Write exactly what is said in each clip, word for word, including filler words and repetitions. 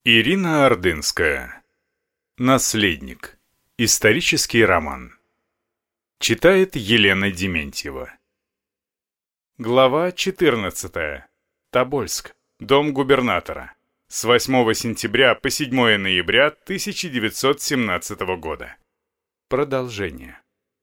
Ирина Ордынская. Наследник. Исторический роман. Читает Елена Дементьева. Глава четырнадцатая. Тобольск. Дом губернатора. С восьмого сентября по седьмое ноября тысяча девятьсот семнадцатого года. Продолжение.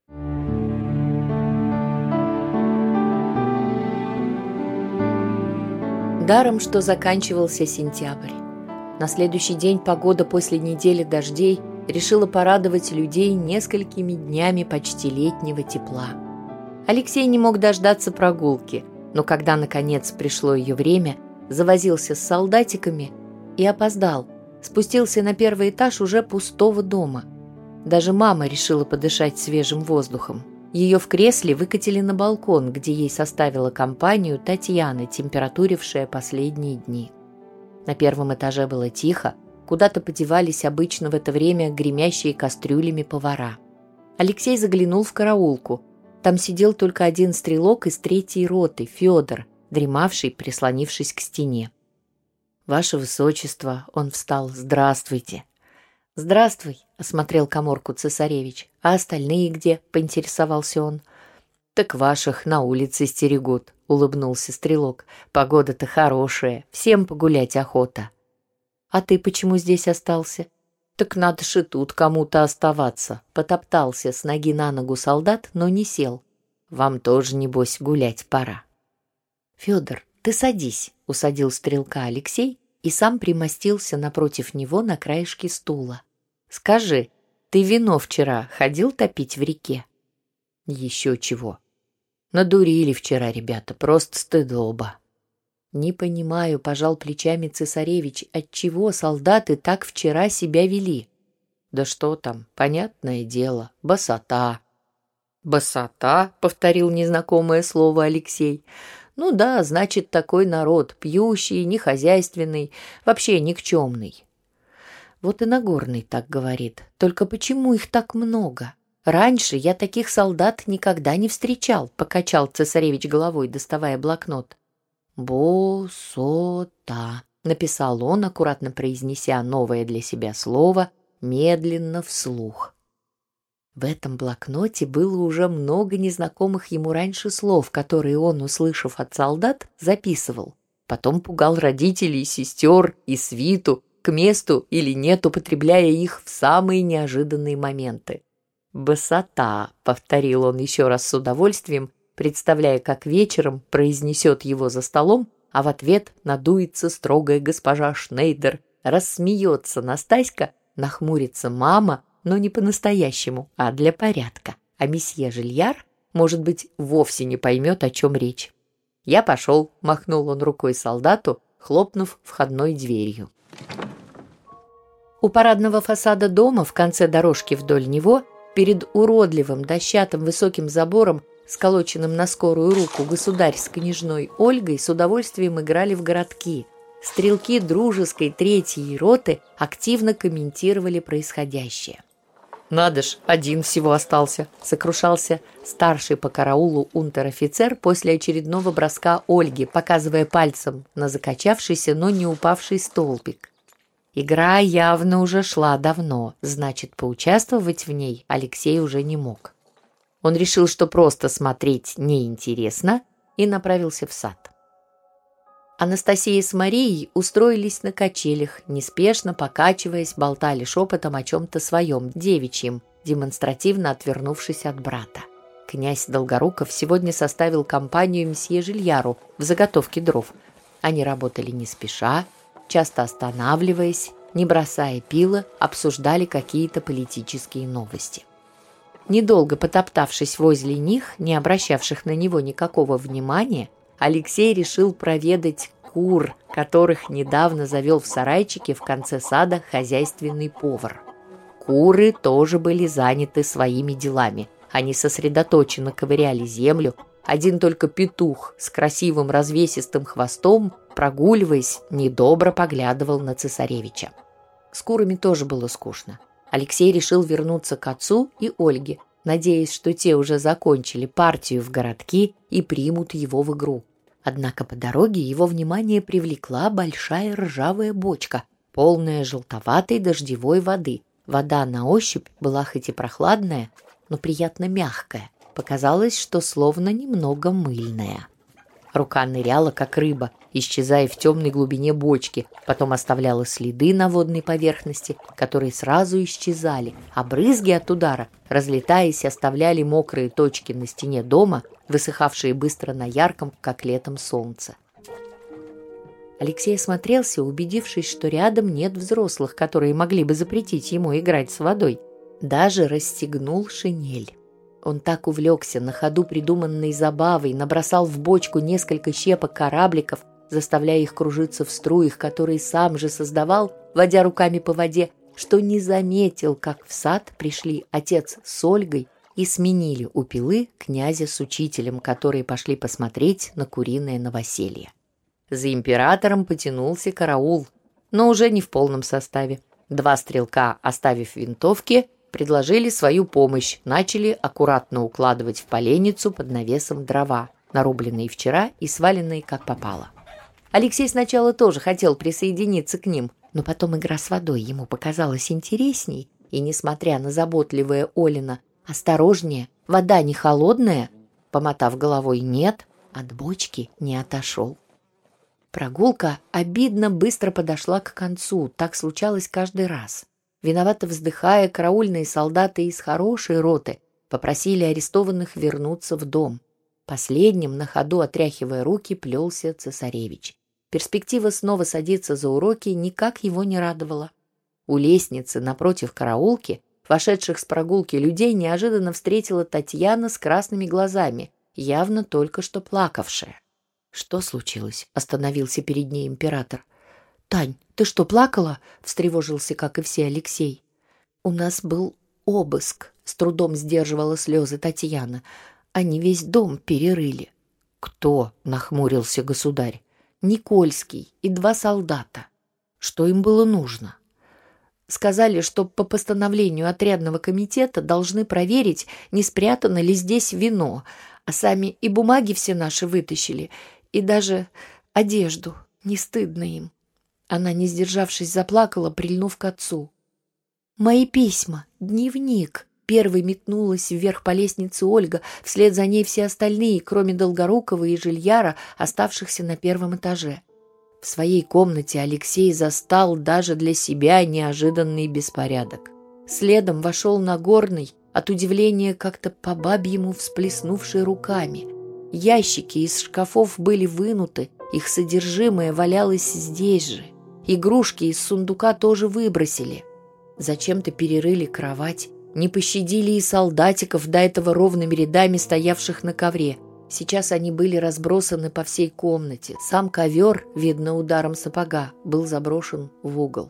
Даром, что заканчивался сентябрь. На следующий день погода после недели дождей решила порадовать людей несколькими днями почти летнего тепла. Алексей не мог дождаться прогулки, но когда, наконец, пришло ее время, завозился с солдатиками и опоздал, спустился на первый этаж уже пустого дома. Даже мама решила подышать свежим воздухом. Ее в кресле выкатили на балкон, где ей составила компанию Татьяна, температурившая последние дни. На первом этаже было тихо, куда-то подевались обычно в это время гремящие кастрюлями повара. Алексей заглянул в караулку. Там сидел только один стрелок из третьей роты, Федор, дремавший, прислонившись к стене. «Ваше Высочество», — он встал, — «здравствуйте». «Здравствуй», — осмотрел каморку цесаревич. «А остальные где?» — поинтересовался он. «Так ваших на улице стерегут», — улыбнулся стрелок. «Погода-то хорошая, всем погулять охота». «А ты почему здесь остался?» «Так надо ж и тут кому-то оставаться», — потоптался с ноги на ногу солдат, но не сел. «Вам тоже, небось, гулять пора». «Федор, ты садись», — усадил стрелка Алексей и сам примостился напротив него на краешке стула. «Скажи, ты вино вчера ходил топить в реке?» «Еще чего. Надурили вчера ребята, просто стыдоба». «Не понимаю», — пожал плечами цесаревич, «отчего солдаты так вчера себя вели?» «Да что там, понятное дело, босота». «Босота?» — повторил незнакомое слово Алексей. «Ну да, значит, такой народ, пьющий, нехозяйственный, вообще никчемный». «Вот и Нагорный так говорит. Только почему их так много? Раньше я таких солдат никогда не встречал», — покачал цесаревич головой, доставая блокнот. «Босота», — написал он, аккуратно произнеся новое для себя слово, медленно вслух. В этом блокноте было уже много незнакомых ему раньше слов, которые он, услышав от солдат, записывал. Потом пугал родителей, сестер и свиту, к месту или нет, употребляя их в самые неожиданные моменты. «Босота», — повторил он еще раз с удовольствием, представляя, как вечером произнесет его за столом, а в ответ надуется строгая госпожа Шнейдер, рассмеется Настаська, нахмурится мама, но не по-настоящему, а для порядка. А месье Жильяр, может быть, вовсе не поймет, о чем речь. «Я пошел», — махнул он рукой солдату, хлопнув входной дверью. У парадного фасада дома в конце дорожки вдоль него, перед уродливым дощатым высоким забором, сколоченным на скорую руку, государь с княжной Ольгой с удовольствием играли в городки. Стрелки дружеской третьей роты активно комментировали происходящее. «Надо ж, один всего остался», — сокрушался старший по караулу унтер-офицер после очередного броска Ольги, показывая пальцем на закачавшийся, но не упавший столбик. Игра явно уже шла давно, значит, поучаствовать в ней Алексей уже не мог. Он решил, что просто смотреть неинтересно, и направился в сад. Анастасия с Марией устроились на качелях, неспешно покачиваясь, болтали шепотом о чем-то своем, девичьем, демонстративно отвернувшись от брата. Князь Долгоруков сегодня составил компанию месье Жильяру в заготовке дров. Они работали не спеша, часто останавливаясь, не бросая пила, обсуждали какие-то политические новости. Недолго потоптавшись возле них, не обращавших на него никакого внимания, Алексей решил проведать кур, которых недавно завел в сарайчике в конце сада хозяйственный повар. Куры тоже были заняты своими делами. Они сосредоточенно ковыряли землю. Один только петух с красивым развесистым хвостом, прогуливаясь, недобро поглядывал на цесаревича. С курами тоже было скучно. Алексей решил вернуться к отцу и Ольге, надеясь, что те уже закончили партию в городки и примут его в игру. Однако по дороге его внимание привлекла большая ржавая бочка, полная желтоватой дождевой воды. Вода на ощупь была хоть и прохладная, но приятно мягкая. Показалось, что словно немного мыльная. Рука ныряла, как рыба, исчезая в темной глубине бочки, потом оставляла следы на водной поверхности, которые сразу исчезали, а брызги от удара, разлетаясь, оставляли мокрые точки на стене дома, высыхавшие быстро на ярком, как летом, солнце. Алексей осмотрелся, убедившись, что рядом нет взрослых, которые могли бы запретить ему играть с водой. Даже расстегнул шинель. Он так увлекся на ходу придуманной забавой, набросал в бочку несколько щепок корабликов, заставляя их кружиться в струях, которые сам же создавал, водя руками по воде, что не заметил, как в сад пришли отец с Ольгой и сменили у пилы князя с учителем, которые пошли посмотреть на куриное новоселье. За императором потянулся караул, но уже не в полном составе. Два стрелка, оставив винтовки, предложили свою помощь, начали аккуратно укладывать в поленницу под навесом дрова, нарубленные вчера и сваленные как попало. Алексей сначала тоже хотел присоединиться к ним, но потом игра с водой ему показалась интересней, и, несмотря на заботливое Олина, осторожнее, вода не холодная, помотав головой «нет», от бочки не отошел. Прогулка обидно быстро подошла к концу, так случалось каждый раз. Виновато вздыхая, караульные солдаты из хорошей роты попросили арестованных вернуться в дом. Последним, на ходу отряхивая руки, плелся цесаревич. Перспектива снова садиться за уроки никак его не радовала. У лестницы напротив караулки, вошедших с прогулки людей, неожиданно встретила Татьяна с красными глазами, явно только что плакавшая. «Что случилось?» — остановился перед ней император. «Тань, ты что, плакала?» — встревожился, как и все, Алексей. «У нас был обыск», — с трудом сдерживала слезы Татьяна. «Они весь дом перерыли». «Кто?» — нахмурился государь. «Никольский и два солдата». «Что им было нужно?» «Сказали, что по постановлению отрядного комитета должны проверить, не спрятано ли здесь вино, а сами и бумаги все наши вытащили, и даже одежду. Не стыдно им». Она, не сдержавшись, заплакала, прильнув к отцу. «Мои письма, дневник!» Первой метнулась вверх по лестнице Ольга, вслед за ней все остальные, кроме Долгорукова и Жильяра, оставшихся на первом этаже. В своей комнате Алексей застал даже для себя неожиданный беспорядок. Следом вошел Нагорный, от удивления как-то по бабьему всплеснувший руками. Ящики из шкафов были вынуты, их содержимое валялось здесь же. Игрушки из сундука тоже выбросили. Зачем-то перерыли кровать, не пощадили и солдатиков, до этого ровными рядами стоявших на ковре. Сейчас они были разбросаны по всей комнате. Сам ковер, видно ударом сапога, был заброшен в угол.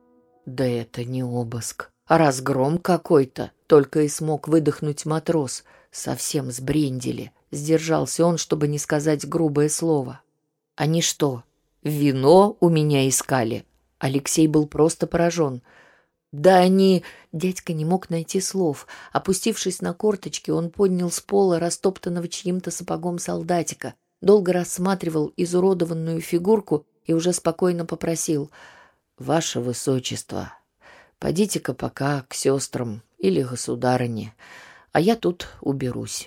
«Да это не обыск, а разгром какой-то», — только и смог выдохнуть матрос. Совсем сбрендили. Сдержался он, чтобы не сказать грубое слово. «Они что, вино у меня искали?» Алексей был просто поражен. «Да они...» Дядька не мог найти слов. Опустившись на корточки, он поднял с пола растоптанного чьим-то сапогом солдатика, долго рассматривал изуродованную фигурку и уже спокойно попросил: «Ваше Высочество, подите-ка пока к сестрам или государыне, а я тут уберусь».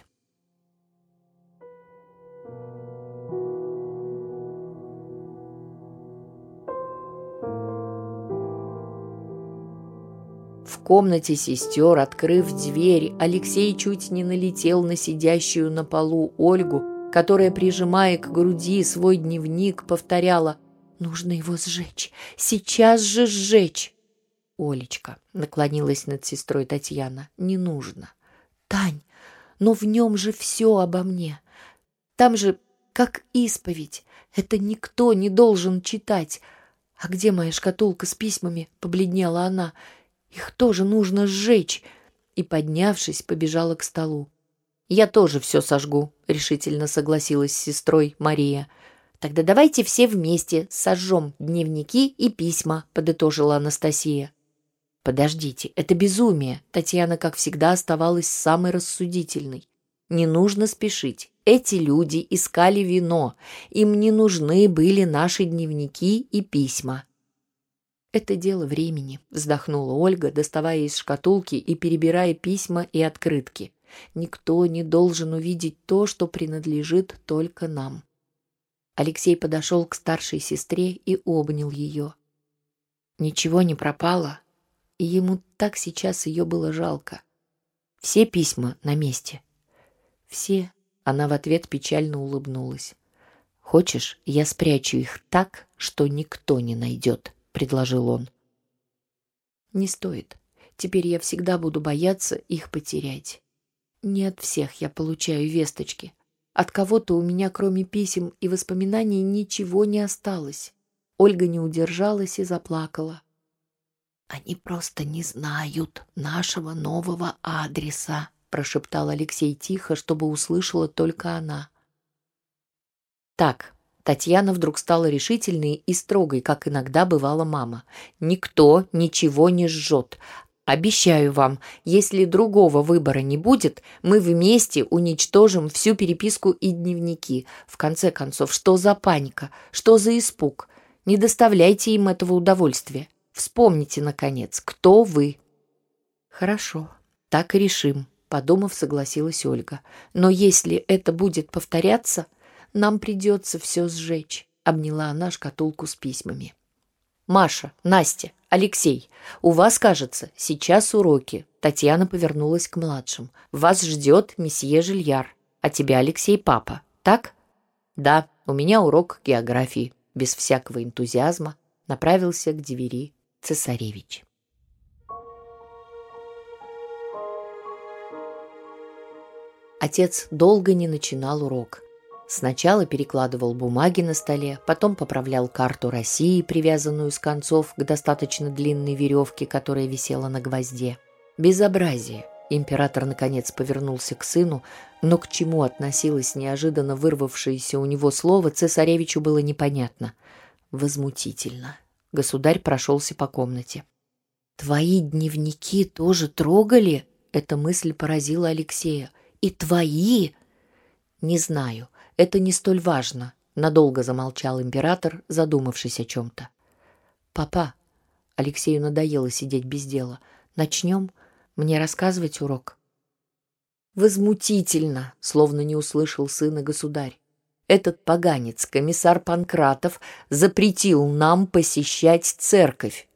В комнате сестер, открыв дверь, Алексей чуть не налетел на сидящую на полу Ольгу, которая, прижимая к груди свой дневник, повторяла: «Нужно его сжечь, сейчас же сжечь!» «Олечка», — наклонилась над сестрой Татьяна, — «не нужно». «Тань, но в нем же все обо мне. Там же как исповедь. Это никто не должен читать. А где моя шкатулка с письмами?» — побледнела она. «Их тоже нужно сжечь!» И, поднявшись, побежала к столу. «Я тоже все сожгу», — решительно согласилась с сестрой Мария. «Тогда давайте все вместе сожжем дневники и письма», — подытожила Анастасия. «Подождите, это безумие», — Татьяна, как всегда, оставалась самой рассудительной. «Не нужно спешить. Эти люди искали вино. Им не нужны были наши дневники и письма». «Это дело времени», — вздохнула Ольга, доставая из шкатулки и перебирая письма и открытки. «Никто не должен увидеть то, что принадлежит только нам». Алексей подошел к старшей сестре и обнял ее. Ничего не пропало, и ему так сейчас ее было жалко. «Все письма на месте?» «Все», — она в ответ печально улыбнулась. «Хочешь, я спрячу их так, что никто не найдет?» — предложил он. «Не стоит. Теперь я всегда буду бояться их потерять. Не от всех я получаю весточки. От кого-то у меня, кроме писем и воспоминаний, ничего не осталось». Ольга не удержалась и заплакала. «Они просто не знают нашего нового адреса», — прошептал Алексей тихо, чтобы услышала только она. «Так». Татьяна вдруг стала решительной и строгой, как иногда бывала мама. «Никто ничего не жжет. Обещаю вам, если другого выбора не будет, мы вместе уничтожим всю переписку и дневники. В конце концов, что за паника? Что за испуг? Не доставляйте им этого удовольствия. Вспомните, наконец, кто вы». «Хорошо, так и решим», — подумав, согласилась Ольга. «Но если это будет повторяться, нам придется все сжечь», — обняла она шкатулку с письмами. «Маша, Настя, Алексей, у вас, кажется, сейчас уроки». Татьяна повернулась к младшим. «Вас ждет месье Жильяр, а тебя, Алексей, папа, так?» «Да, у меня урок географии», — без всякого энтузиазма направился к двери цесаревич. Отец долго не начинал урок. Сначала перекладывал бумаги на столе, потом поправлял карту России, привязанную с концов к достаточно длинной веревке, которая висела на гвозде. Безобразие! Император наконец повернулся к сыну, но к чему относилось неожиданно вырвавшееся у него слово, цесаревичу было непонятно. Возмутительно. Государь прошелся по комнате. «Твои дневники тоже трогали?» Эта мысль поразила Алексея. «И твои?» «Не знаю. Это не столь важно», — надолго замолчал император, задумавшись о чем-то. «Папа», — Алексею надоело сидеть без дела, — «начнем? Мне рассказывать урок?» «Возмутительно», — словно не услышал сына государь. «Этот поганец, комиссар Панкратов, запретил нам посещать церковь».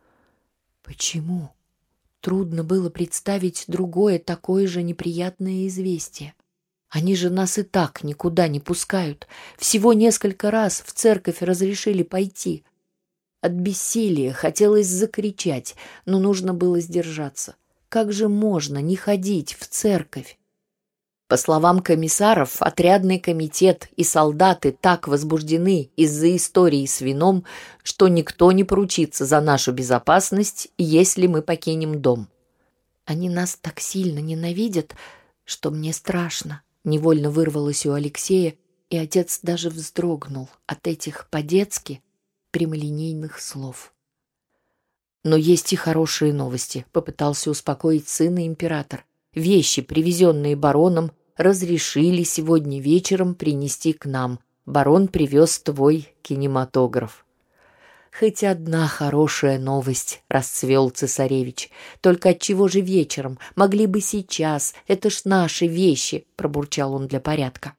«Почему?» Трудно было представить другое такое же неприятное известие. Они же нас и так никуда не пускают. Всего несколько раз в церковь разрешили пойти. От бессилия хотелось закричать, но нужно было сдержаться. Как же можно не ходить в церковь? По словам комиссаров, отрядный комитет и солдаты так возбуждены из-за истории с вином, что никто не поручится за нашу безопасность, если мы покинем дом. Они нас так сильно ненавидят, что мне страшно. Невольно вырвалось у Алексея, и отец даже вздрогнул от этих по-детски прямолинейных слов. «Но есть и хорошие новости», — попытался успокоить сына император. «Вещи, привезенные бароном, разрешили сегодня вечером принести к нам. Барон привез твой кинематограф». «Хоть одна хорошая новость», — расцвел цесаревич. «Только отчего же вечером? Могли бы сейчас. Это ж наши вещи», — пробурчал он для порядка.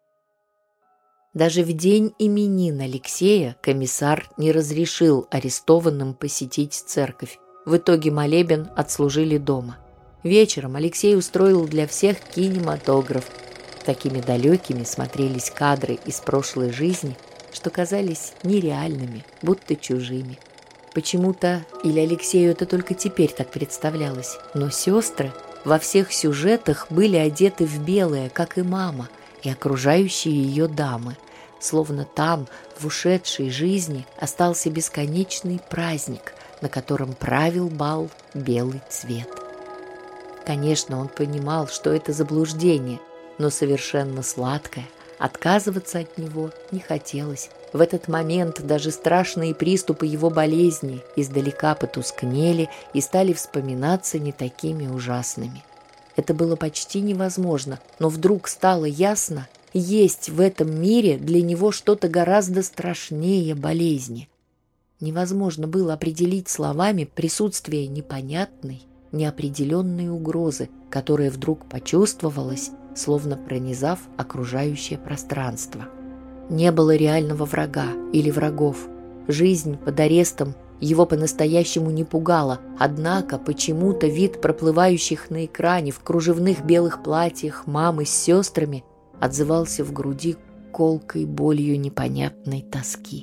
Даже в день именин Алексея комиссар не разрешил арестованным посетить церковь. В итоге молебен отслужили дома. Вечером Алексей устроил для всех кинематограф. Такими далекими смотрелись кадры из прошлой жизни, что казались нереальными, будто чужими. Почему-то, или Алексею это только теперь так представлялось, но сестры во всех сюжетах были одеты в белое, как и мама, и окружающие ее дамы, словно там, в ушедшей жизни, остался бесконечный праздник, на котором правил бал белый цвет. Конечно, он понимал, что это заблуждение, но совершенно сладкое. Отказываться от него не хотелось. В этот момент даже страшные приступы его болезни издалека потускнели и стали вспоминаться не такими ужасными. Это было почти невозможно, но вдруг стало ясно, есть в этом мире для него что-то гораздо страшнее болезни. Невозможно было определить словами присутствие непонятной, неопределенной угрозы, которая вдруг почувствовалась, словно пронизав окружающее пространство. Не было реального врага или врагов. Жизнь под арестом его по-настоящему не пугала, однако почему-то вид проплывающих на экране в кружевных белых платьях мамы с сестрами отзывался в груди колкой болью непонятной тоски.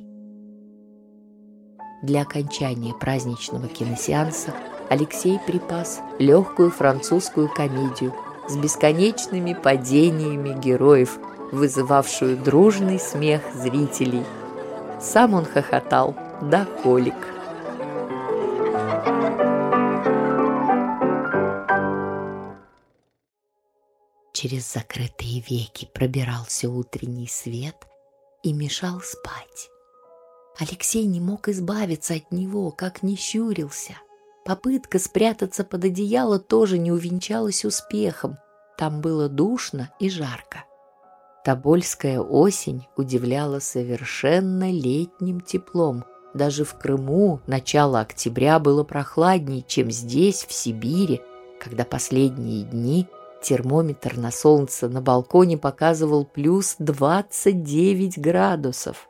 Для окончания праздничного киносеанса Алексей припас легкую французскую комедию с бесконечными падениями героев, вызывавшую дружный смех зрителей. Сам он хохотал до колик. Через закрытые веки пробирался утренний свет и мешал спать. Алексей не мог избавиться от него, как ни щурился. Попытка спрятаться под одеяло тоже не увенчалась успехом. Там было душно и жарко. Тобольская осень удивляла совершенно летним теплом. Даже в Крыму начало октября было прохладнее, чем здесь, в Сибири, когда последние дни термометр на солнце на балконе показывал плюс двадцать девять градусов.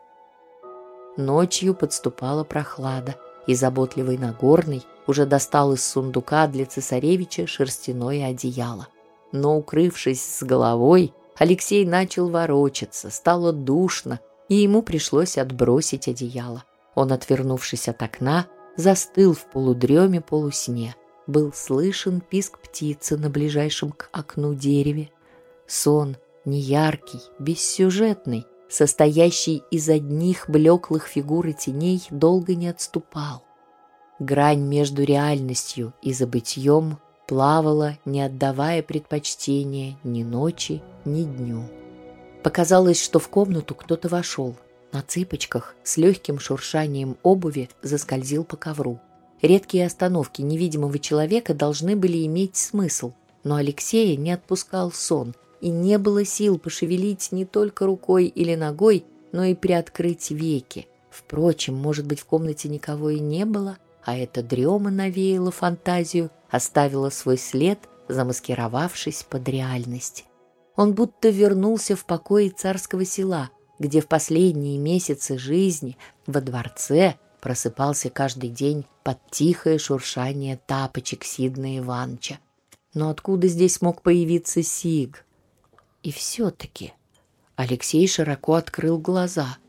Ночью подступала прохлада, и заботливый Нагорный уже достал из сундука для цесаревича шерстяное одеяло. Но, укрывшись с головой, Алексей начал ворочаться, стало душно, и ему пришлось отбросить одеяло. Он, отвернувшись от окна, застыл в полудреме полусне. Был слышен писк птицы на ближайшем к окну дереве. Сон неяркий, бессюжетный, состоящий из одних блеклых фигур и теней, долго не отступал. Грань между реальностью и забытьем плавала, не отдавая предпочтения ни ночи, ни дню. Показалось, что в комнату кто-то вошел. На цыпочках с легким шуршанием обуви заскользил по ковру. Редкие остановки невидимого человека должны были иметь смысл, но Алексея не отпускал сон, и не было сил пошевелить не только рукой или ногой, но и приоткрыть веки. Впрочем, может быть, в комнате никого и не было, а эта дрема навеяла фантазию, оставила свой след, замаскировавшись под реальность. Он будто вернулся в покои царского села, где в последние месяцы жизни во дворце просыпался каждый день под тихое шуршание тапочек Сидна Иваныча. Но откуда здесь мог появиться Сиг? И все-таки Алексей широко открыл глаза.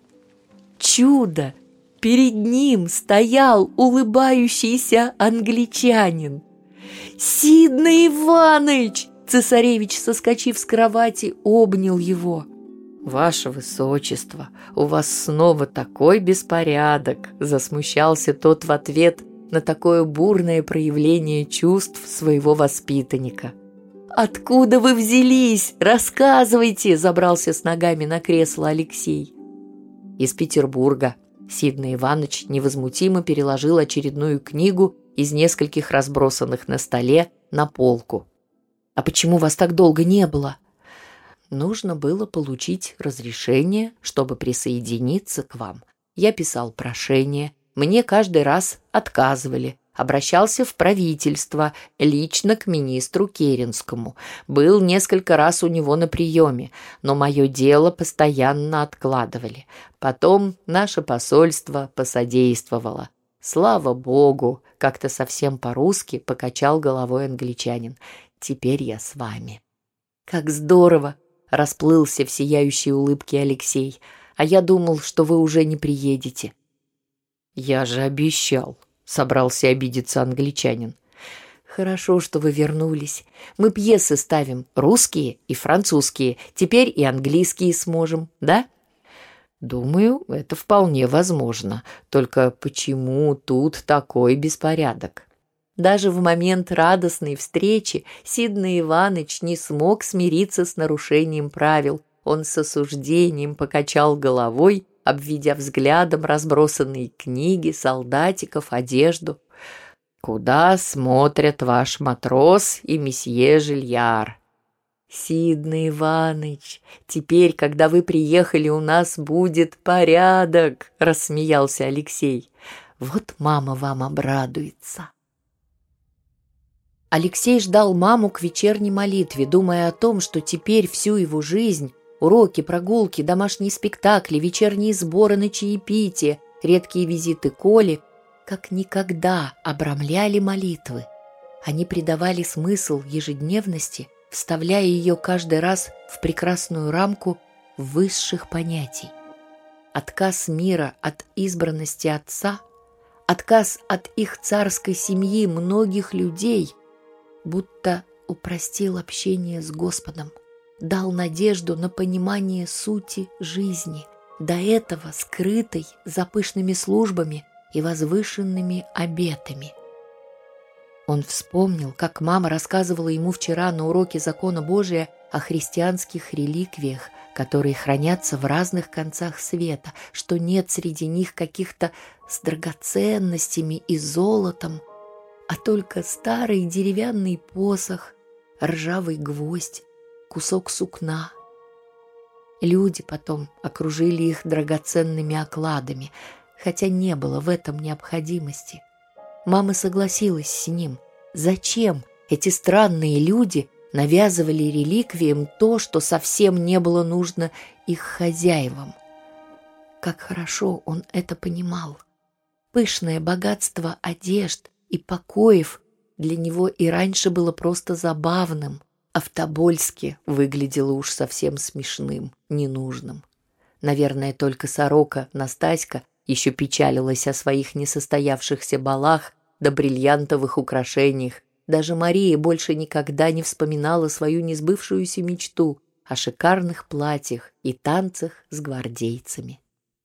Чудо! Перед ним стоял улыбающийся англичанин. «Сидна Иваныч!» Цесаревич, соскочив с кровати, обнял его. «Ваше высочество, у вас снова такой беспорядок!» Засмущался тот в ответ на такое бурное проявление чувств своего воспитанника. «Откуда вы взялись? Рассказывайте!» Забрался с ногами на кресло Алексей. «Из Петербурга». Сидна Иваныч невозмутимо переложил очередную книгу из нескольких разбросанных на столе на полку. «А почему вас так долго не было?» «Нужно было получить разрешение, чтобы присоединиться к вам. Я писал прошение, мне каждый раз отказывали. Обращался в правительство, лично к министру Керенскому. Был несколько раз у него на приеме, но мое дело постоянно откладывали. Потом наше посольство посодействовало. Слава богу!» — как-то совсем по-русски покачал головой англичанин. «Теперь я с вами». «Как здорово!» — расплылся в сияющей улыбке Алексей. «А я думал, что вы уже не приедете». «Я же обещал», — собрался обидеться англичанин. «Хорошо, что вы вернулись. Мы пьесы ставим, русские и французские. Теперь и английские сможем, да?» «Думаю, это вполне возможно. Только почему тут такой беспорядок?» Даже в момент радостной встречи Сидна Иваныч не смог смириться с нарушением правил. Он с осуждением покачал головой, обведя взглядом разбросанные книги, солдатиков, одежду. «Куда смотрят ваш матрос и месье Жильяр?» «Сидна Иваныч, теперь, когда вы приехали, у нас будет порядок», — рассмеялся Алексей. Вот мама вам обрадуется. Алексей ждал маму к вечерней молитве, думая о том, что теперь всю его жизнь — уроки, прогулки, домашние спектакли, вечерние сборы на чаепитие, редкие визиты Коли — как никогда обрамляли молитвы. Они придавали смысл ежедневности, вставляя ее каждый раз в прекрасную рамку высших понятий. Отказ мира от избранности Отца, отказ от их царской семьи многих людей будто упростил общение с Господом, дал надежду на понимание сути жизни, до этого скрытой за пышными службами и возвышенными обетами. Он вспомнил, как мама рассказывала ему вчера на уроке закона Божия о христианских реликвиях, которые хранятся в разных концах света, что нет среди них каких-то с драгоценностями и золотом, а только старый деревянный посох, ржавый гвоздь, кусок сукна. Люди потом окружили их драгоценными окладами, хотя не было в этом необходимости. Мама согласилась с ним. Зачем эти странные люди навязывали реликвиям то, что совсем не было нужно их хозяевам? Как хорошо он это понимал. Пышное богатство одежд и покоев для него и раньше было просто забавным, а в Тобольске выглядело уж совсем смешным, ненужным. Наверное, только сорока Настаська еще печалилась о своих несостоявшихся балах да бриллиантовых украшениях. Даже Мария больше никогда не вспоминала свою несбывшуюся мечту о шикарных платьях и танцах с гвардейцами.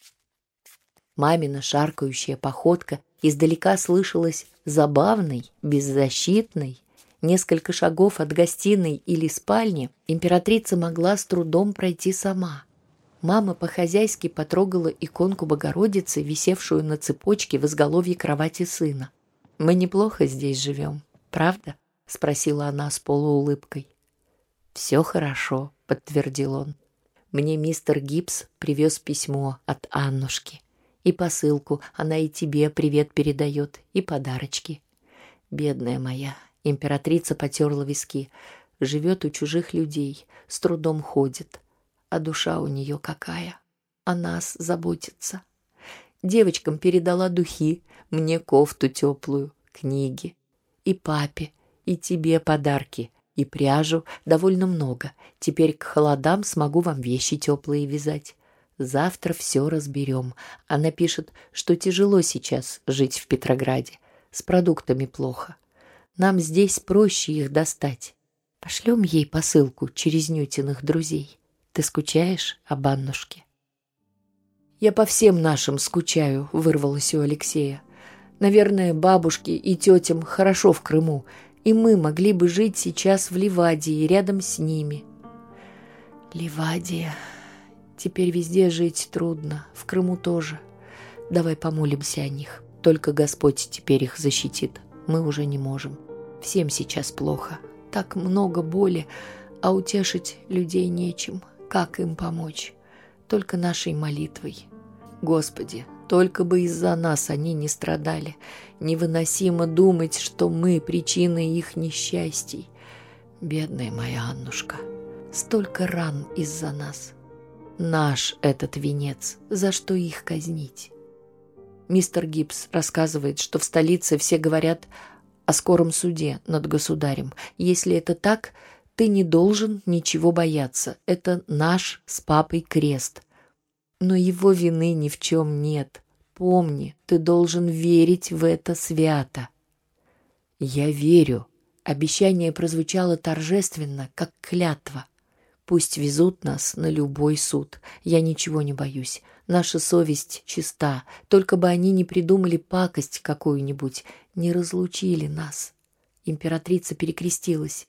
Мамина шаркающая походка издалека слышалась забавной, беззащитной. Несколько шагов от гостиной или спальни императрица могла с трудом пройти сама. Мама по-хозяйски потрогала иконку Богородицы, висевшую на цепочке в изголовье кровати сына. «Мы неплохо здесь живем, правда?» — спросила она с полуулыбкой. «Все хорошо», — подтвердил он. «Мне мистер Гибс привез письмо от Аннушки. И посылку она и тебе привет передает, и подарочки. Бедная моя», — императрица потерла виски, — «живет у чужих людей, с трудом ходит. А душа у нее какая, о нас заботится. Девочкам передала духи, мне кофту теплую, книги. И папе, и тебе подарки, и пряжу довольно много. Теперь к холодам смогу вам вещи теплые вязать. Завтра все разберем. Она пишет, что тяжело сейчас жить в Петрограде. С продуктами плохо. Нам здесь проще их достать. Пошлем ей посылку через Нютиных друзей. Ты скучаешь об Аннушке?» «Я по всем нашим скучаю», — вырвалось у Алексея. «Наверное, бабушке и тетям хорошо в Крыму, и мы могли бы жить сейчас в Ливадии, рядом с ними». «Ливадия. Теперь везде жить трудно, в Крыму тоже. Давай помолимся о них. Только Господь теперь их защитит. Мы уже не можем. Всем сейчас плохо. Так много боли, а утешить людей нечем. Как им помочь? Только нашей молитвой. Господи, только бы из-за нас они не страдали. Невыносимо думать, что мы причина их несчастий. Бедная моя Аннушка. Столько ран из-за нас. Наш этот венец, за что их казнить? Мистер Гибс рассказывает, что в столице все говорят о скором суде над государем. Если это так, ты не должен ничего бояться. Это наш с папой крест. Но его вины ни в чем нет. Помни, ты должен верить в это свято». «Я верю». Обещание прозвучало торжественно, как клятва. «Пусть везут нас на любой суд. Я ничего не боюсь. Наша совесть чиста. Только бы они не придумали пакость какую-нибудь, не разлучили нас». Императрица перекрестилась.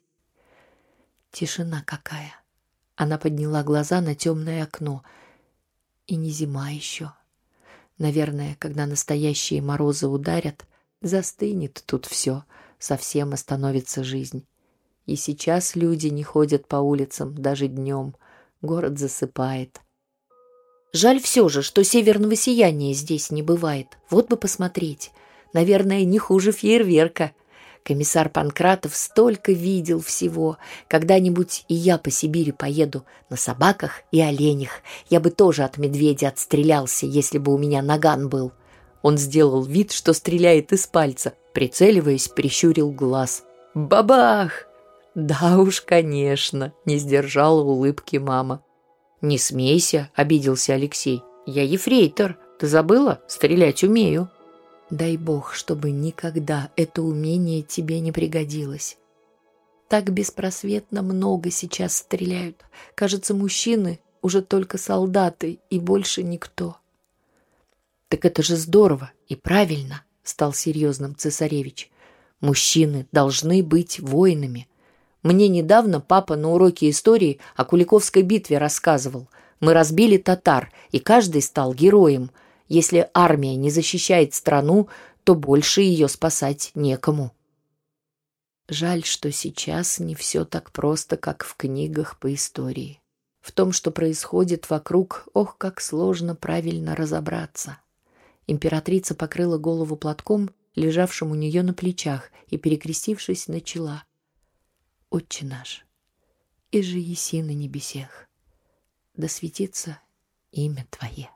Тишина какая. Она подняла глаза на темное окно. И не зима еще. Наверное, когда настоящие морозы ударят, застынет тут все, совсем остановится жизнь. И сейчас люди не ходят по улицам даже днем. Город засыпает. Жаль все же, что северного сияния здесь не бывает. Вот бы посмотреть. Наверное, не хуже фейерверка. Комиссар Панкратов столько видел всего. Когда-нибудь и я по Сибири поеду на собаках и оленях. Я бы тоже от медведя отстрелялся, если бы у меня наган был. Он сделал вид, что стреляет из пальца. Прицеливаясь, прищурил глаз. Бабах! Да уж, конечно, не сдержала улыбки мама. «Не смейся», — обиделся Алексей. «Я ефрейтор. Ты забыла? Стрелять умею». «Дай бог, чтобы никогда это умение тебе не пригодилось. Так беспросветно много сейчас стреляют. Кажется, мужчины уже только солдаты и больше никто». «Так это же здорово и правильно», — стал серьезным цесаревич. «Мужчины должны быть воинами. Мне недавно папа на уроке истории о Куликовской битве рассказывал. Мы разбили татар, и каждый стал героем. Если армия не защищает страну, то больше ее спасать некому». Жаль, что сейчас не все так просто, как в книгах по истории. В том, что происходит вокруг, ох, как сложно правильно разобраться. Императрица покрыла голову платком, лежавшим у нее на плечах, и, перекрестившись, начала. «Отче наш, иже еси на небесех, да светится имя Твое».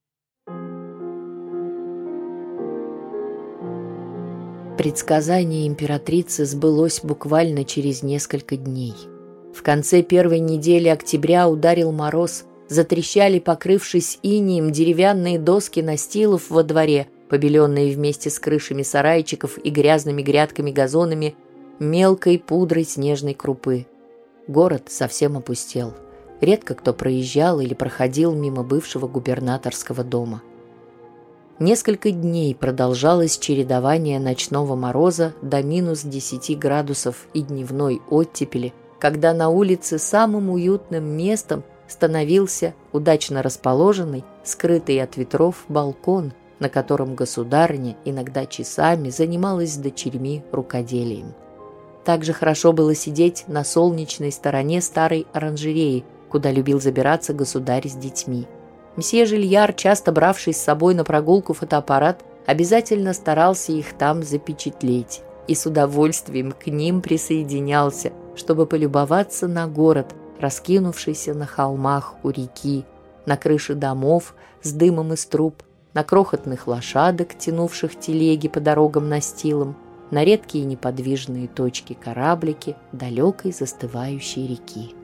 Предсказание императрицы сбылось буквально через несколько дней. В конце первой недели октября ударил мороз, затрещали, покрывшись инеем, деревянные доски настилов во дворе, побеленные вместе с крышами сарайчиков и грязными грядками-газонами мелкой пудрой снежной крупы. Город совсем опустел. Редко кто проезжал или проходил мимо бывшего губернаторского дома. Несколько дней продолжалось чередование ночного мороза до минус десяти градусов и дневной оттепели, когда на улице самым уютным местом становился удачно расположенный, скрытый от ветров балкон, на котором государыня иногда часами занималась с дочерьми рукоделием. Также хорошо было сидеть на солнечной стороне старой оранжереи, куда любил забираться государь с детьми. Мсье Жильяр, часто бравший с собой на прогулку фотоаппарат, обязательно старался их там запечатлеть и с удовольствием к ним присоединялся, чтобы полюбоваться на город, раскинувшийся на холмах у реки, на крыши домов с дымом из труб, на крохотных лошадок, тянувших телеги по дорогам настилам, на редкие неподвижные точки кораблики далекой застывающей реки.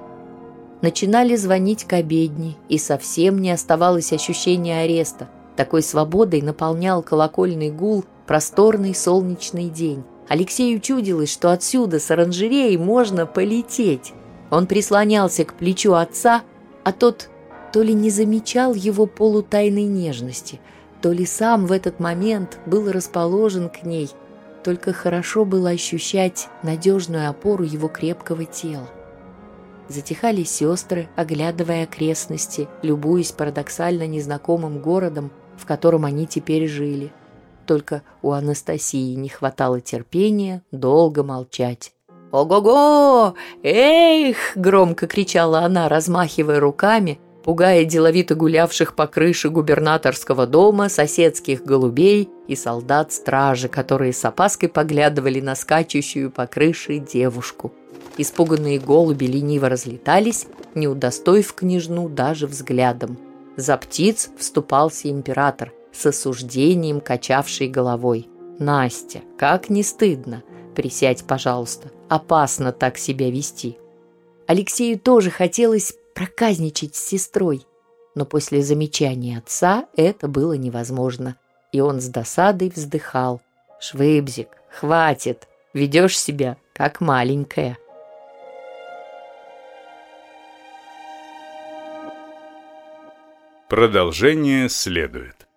Начинали звонить к обедне, и совсем не оставалось ощущения ареста. Такой свободой наполнял колокольный гул просторный солнечный день. Алексею чудилось, что отсюда, с оранжереи, можно полететь. Он прислонялся к плечу отца, а тот то ли не замечал его полутайной нежности, то ли сам в этот момент был расположен к ней, только хорошо было ощущать надежную опору его крепкого тела. Затихали сестры, оглядывая окрестности, любуясь парадоксально незнакомым городом, в котором они теперь жили. Только у Анастасии не хватало терпения долго молчать. «Ого-го! Эйх!» — громко кричала она, размахивая руками, пугая деловито гулявших по крыше губернаторского дома, соседских голубей и солдат-стражи, которые с опаской поглядывали на скачущую по крыше девушку. Испуганные голуби лениво разлетались, не удостоив княжну даже взглядом. За птиц вступался император, с осуждением качавший головой. «Настя, как не стыдно! Присядь, пожалуйста, опасно так себя вести». Алексею тоже хотелось проказничать с сестрой, но после замечания отца это было невозможно, и он с досадой вздыхал. «Швыбзик, хватит, ведешь себя как маленькая». Продолжение следует.